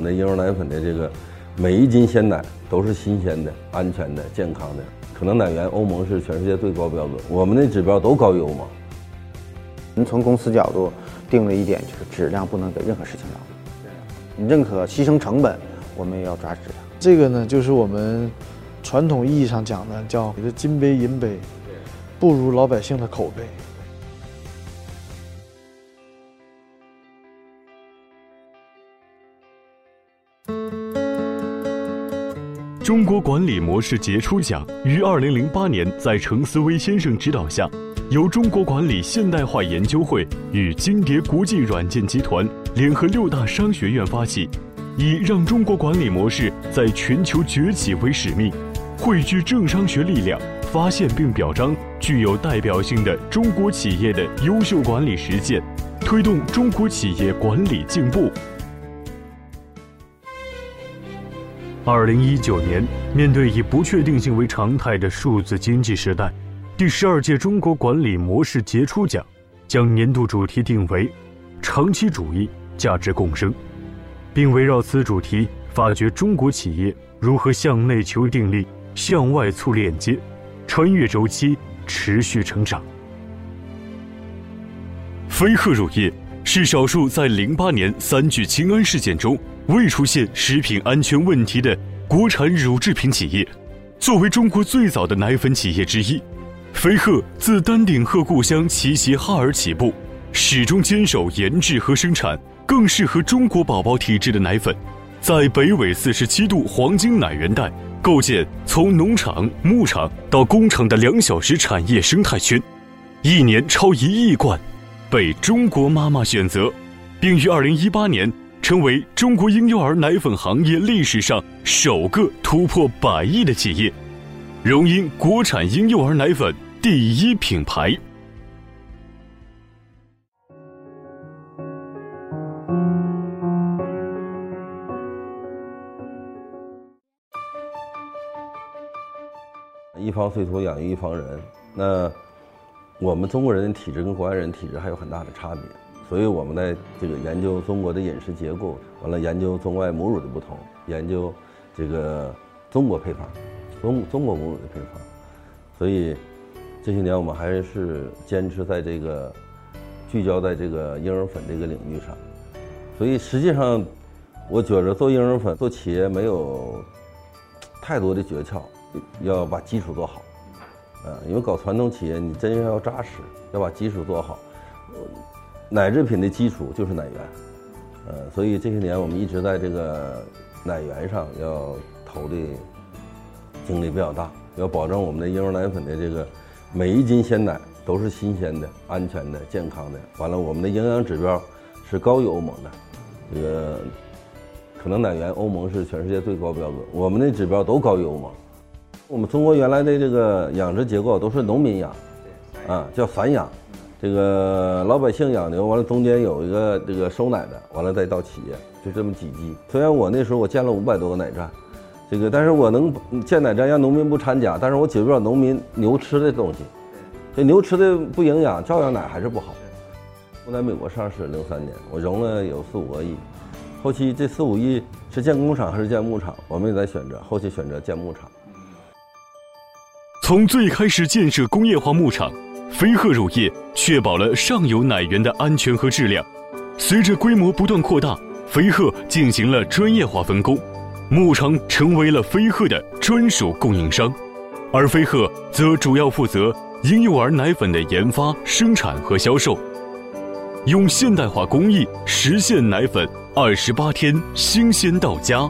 们的婴幼儿奶粉的这个每一斤鲜奶都是新鲜的、安全的、健康的。可能奶源欧盟是全世界最高标准，我们的指标都高于欧盟。 您从公司角度定了一点，就是质量不能给任何事情让步，你认可牺牲成本，我们也要抓质量。 这个呢，就是我们传统意义上讲的叫金杯银杯，不如老百姓的口碑。 中国管理模式杰出奖于2008年在程思威先生指导下，由中国管理现代化研究会与金蝶国际软件集团联合6大商学院发起，以让中国管理模式在全球崛起为使命，汇聚政商学力量，发现并表彰具有代表性的中国企业的优秀管理实践，推动中国企业管理进步。2019年，面对以不确定性为常态的数字经济时代，第12届中国管理模式杰出奖将年度主题定为长期主义价值共生，并围绕此主题发掘中国企业如何向内求定力，向外促链接，穿越周期，持续成长。飞鹤乳业是少数在08年3聚氰胺事件中未出现食品安全问题的国产乳制品企业。作为中国最早的奶粉企业之一，飞鹤自丹顶鹤故乡齐齐哈尔起步，始终坚守研制和生产更适合中国宝宝体质的奶粉，在北纬47度黄金奶源带构建从农场、牧场到工厂的2小时产业生态圈，一年超1亿罐，被中国妈妈选择，并于2018年成为中国婴幼儿奶粉行业历史上首个突破100亿的企业，荣膺国产婴幼儿奶粉第1品牌。 一方水土养育一方人，那我们中国人的体质跟国外人体质还有很大的差别，所以我们在这个研究中国的饮食结构，完了研究中外母乳的不同，研究这个中国配方，中国母乳的配方，所以这些年我们还是坚持在这个聚焦在这个婴儿粉这个领域上，所以实际上我觉得做婴儿粉做企业没有太多的诀窍，要把基础做好，因为搞传统企业你真是要扎实，要把基础做好。奶制品的基础就是奶源，所以这些年我们一直在这个奶源上要投的精力比较大，要保证我们的婴儿奶粉的这个每一斤鲜奶都是新鲜的、安全的、健康的。完了，我们的营养指标是高于欧盟的，这个可能奶源欧盟是全世界最高标准，我们的指标都高于欧盟。我们中国原来的这个养殖结构都是农民养，叫散养，这个老百姓养牛，完了中间有一个这个收奶的，完了再到企业，就这么几级。虽然我那时候我建了500多个奶站，这个但是我能建奶站让农民不掺假，但是我解决不了农民牛吃的东西，这牛吃的不营养，照样奶还是不好。我在美国上市03年，我融了有4、5个亿，后期这4、5亿是建工厂还是建牧场，我们也在选择，后期选择建牧场。 从最开始建设工业化牧场，飞鹤乳业确保了上游奶源的安全和质量。随着规模不断扩大，飞鹤进行了专业化分工，牧场成为了飞鹤的专属供应商，而飞鹤则主要负责婴幼儿奶粉的研发、生产和销售，用现代化工艺实现奶粉28天新鲜到家。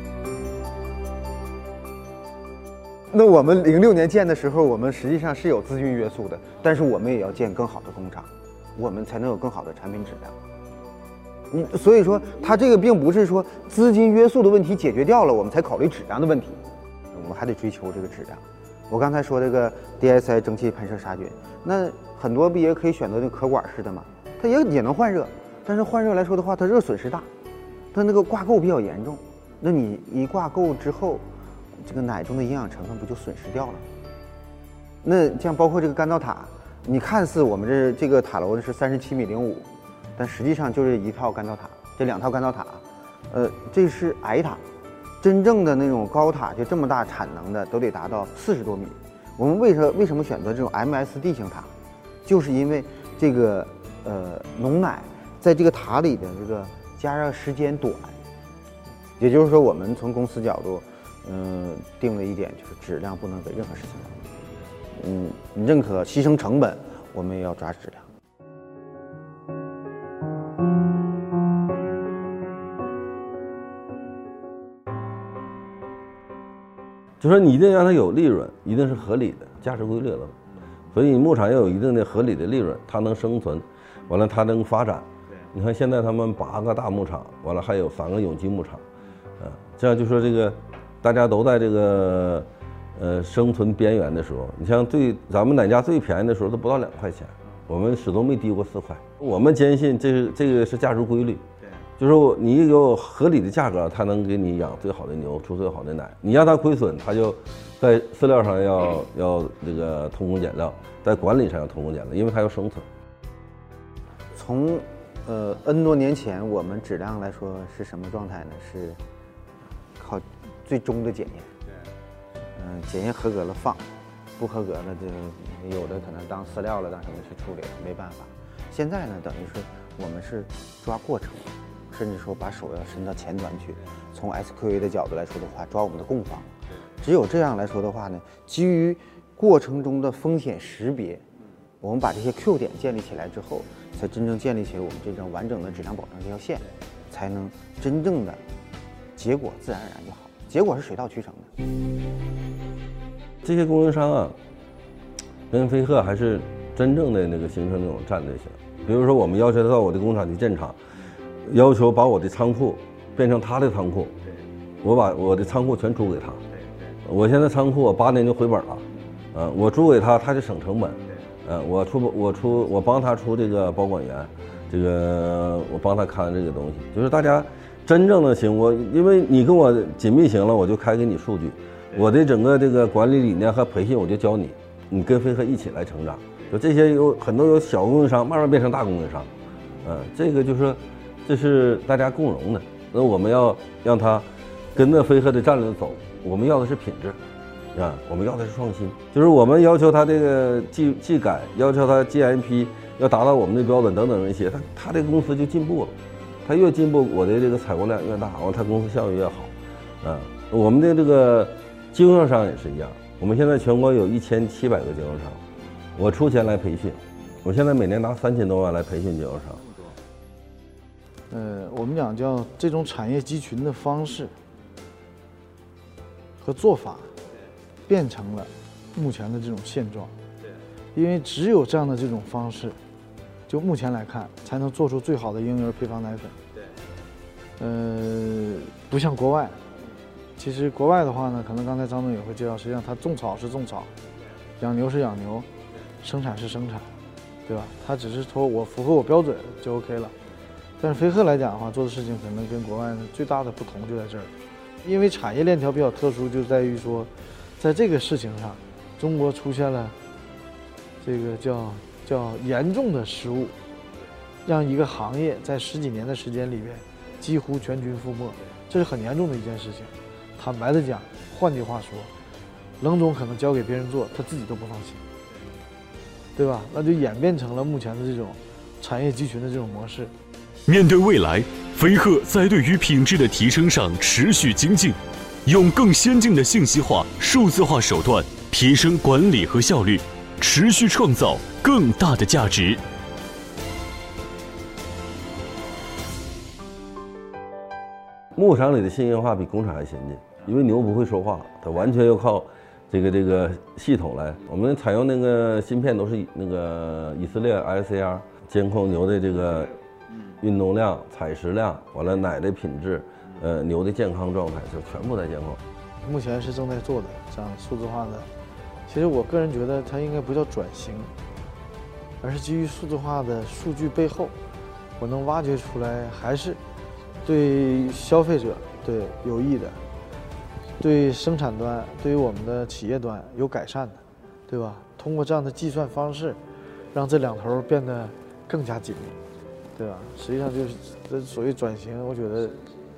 那我们06年建的时候，我们实际上是有资金约束的，但是我们也要建更好的工厂，我们才能有更好的产品质量。所以说，它这个并不是说资金约束的问题解决掉了，我们才考虑质量的问题，我们还得追求这个质量。我刚才说这个 DSI 蒸汽喷射杀菌，那很多不也可以选择那壳管式的吗？它也能换热，但是换热来说的话，它热损失大，它那个挂钩比较严重。那你一挂钩之后，这个奶中的营养成分不就损失掉了？那像包括这个干燥塔，你看似我们这个塔楼是37.05米，但实际上就是一套干燥塔，这2套干燥塔， 这是矮塔，真正的那种高塔就这么大产能的都得达到40多米。我们为什么选择这种 MSD 型塔？就是因为这个浓奶在这个塔里的这个加热时间短，也就是说我们从公司角度，定了一点就是质量不能给任何事情认可牺牲成本，我们也要抓质量。 就说你一定让它有利润，一定是合理的价值规律了。所以牧场要有一定的合理的利润，它能生存，完了它能发展。你看现在他们8个大牧场，完了还有3个有机牧场，这样就说这个大家都在这个生存边缘的时候，你像咱们奶价最便宜的时候都不到2块钱，我们始终没低过4块。我们坚信这个是价值规律。就是你有合理的价格，它能给你养最好的牛，出最好的奶。你让它亏损，它就在饲料上要这个偷工减料，在管理上要偷工减料，因为它要生存。 从N 多年前，我们质量来说是什么状态呢？是靠最终的检验。检验合格了放，不合格了就有的可能当饲料了，当什么去处理，没办法。现在呢，等于是我们是抓过程。甚至说把手要伸到前端去，从 SQA 的角度来说的话，抓我们的供方。只有这样来说的话呢，基于过程中的风险识别，我们把这些 Q 点建立起来之后，才真正建立起我们这种完整的质量保证这条线，才能真正的结果自然而然就好。结果是水到渠成的。 这些供应商啊，跟飞鹤还是真正的那个形成那种战略性。比如说，我们要求他到我的工厂去建厂。要求把我的仓库变成他的仓库，我把我的仓库全租给他。我现在仓库我8年就回本了，我租给他，他就省成本。我帮他出这个保管员，这个我帮他看这个东西，就是大家真正的行。因为你跟我紧密行了，我就开给你数据，我的整个这个管理理念和培训我就教你，你跟飞鹤一起来成长。就这些有很多有小供应商慢慢变成大供应商，这个就是说。这是大家共荣的，那我们要让他跟着飞鹤的战略走。我们要的是品质，我们要的是创新。就是我们要求他这个技改，要求他 GMP 要达到我们的标准等等这些，他这个公司就进步了。他越进步，我的这个采购量越大，完他公司效益越好。我们的这个经销商也是一样。我们现在全国有1700个经销商，我出钱来培训。我现在每年拿3000多万来培训经销商。 我们讲叫这种产业集群的方式和做法，变成了目前的这种现状。因为只有这样的这种方式，就目前来看，才能做出最好的婴儿配方奶粉。不像国外，其实国外的话呢，可能刚才张总也会介绍，实际上它种草是种草，养牛是养牛，生产是生产，对吧？它只是说我符合我标准就 OK 了。但是飞鹤来讲的话，做的事情可能跟国外最大的不同就在这儿，因为产业链条比较特殊，就在于说，在这个事情上，中国出现了这个叫严重的失误，让一个行业在10几年的时间里边几乎全军覆没，这是很严重的一件事情。坦白的讲，换句话说，冷总可能交给别人做，他自己都不放心，对吧？那就演变成了目前的这种产业集群的这种模式。 面对未来，飞鹤在对于品质的提升上持续精进，用更先进的信息化、数字化手段提升管理和效率，持续创造更大的价值。 牧场里的信息化比工厂还先进，因为牛不会说话，它完全要靠这个系统来。我们采用那个芯片都是那个以色列 ICR 监控牛的这个运动量、采食量，完了奶的品质，牛的健康状态，就全部在监控。 目前是正在做的这样数字化的，其实我个人觉得它应该不叫转型，而是基于数字化的数据背后，我能挖掘出来还是对消费者对有益的，对生产端、对于我们的企业端有改善的，对吧？通过这样的计算方式，让这两头变得更加紧密，对吧？实际上就是这所谓转型，我觉得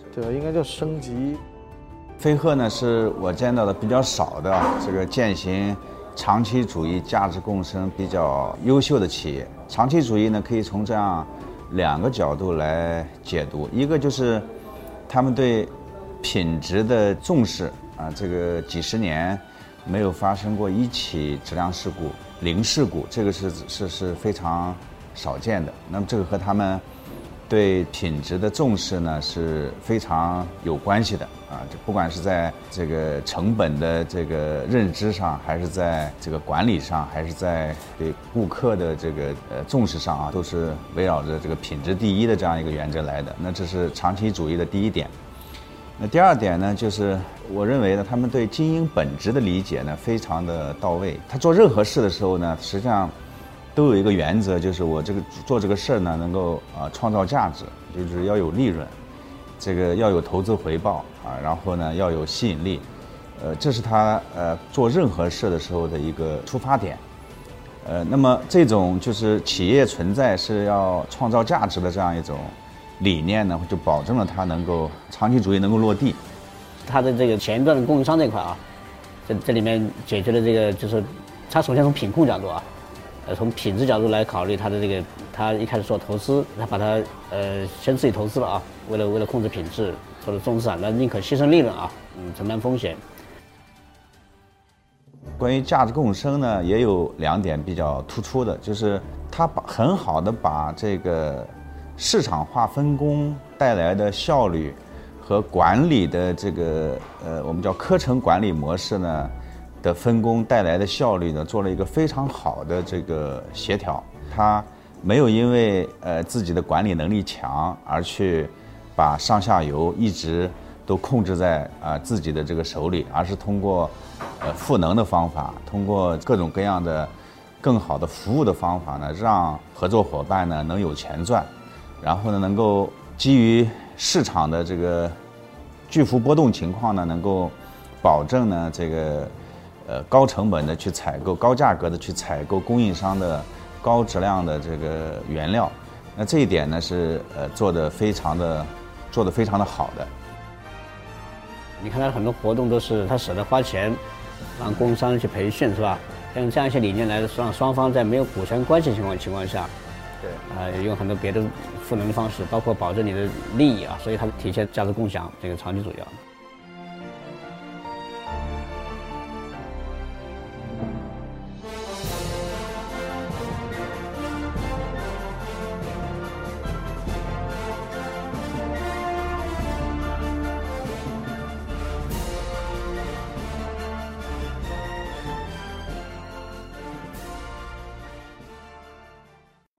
对吧？应该叫升级。 飞鹤呢是我见到的比较少的这个践行长期主义价值共生比较优秀的企业。长期主义呢可以从这样2个角度来解读，一个就是他们对品质的重视啊，这个几十年没有发生过1起质量事故，零事故，这个是非常少见的。那么这个和他们对品质的重视呢是非常有关系的啊！这不管是在这个成本的这个认知上，还是在这个管理上，还是在对顾客的这个重视上啊，都是围绕着这个品质第一的这样一个原则来的。那这是长期主义的第一点。那第二点呢，就是我认为呢，他们对经营本质的理解呢非常的到位。他做任何事的时候呢，实际上都有一个原则，就是我做这个事儿呢，能够创造价值，就是要有利润，这个要有投资回报啊，然后呢要有吸引力，这是他做任何事的时候的一个出发点。那么这种就是企业存在是要创造价值的这样一种理念呢，就保证了它能够长期主义能够落地。 它的这个前端的供应商这块啊，这里面解决了这个，就是它首先从品控角度啊。从品质角度来考虑它的这个，他一开始做投资，他把它先自己投资了啊，为了控制品质，做了重资产，那宁可牺牲利润啊，承担风险。 关于价值共生呢，也有2点比较突出的，就是它很好的把这个市场化分工带来的效率和管理的这个我们叫科层管理模式呢的分工带来的效率呢，做了一个非常好的这个协调。它没有因为自己的管理能力强而去把上下游一直都控制在自己的这个手里，而是通过赋能的方法，通过各种各样的更好的服务的方法呢，让合作伙伴呢能有钱赚，然后呢能够基于市场的这个巨幅波动情况呢，能够保证呢这个高成本的去采购，高价格的去采购供应商的高质量的这个原料，那这一点呢是做得非常的好的。 你看他很多活动都是他舍得花钱，让供应商去培训，是吧？用这样一些理念来让双方在没有股权关系情况下，对，用很多别的赋能的方式，包括保证你的利益啊，所以它体现价值共享这个长期主义啊。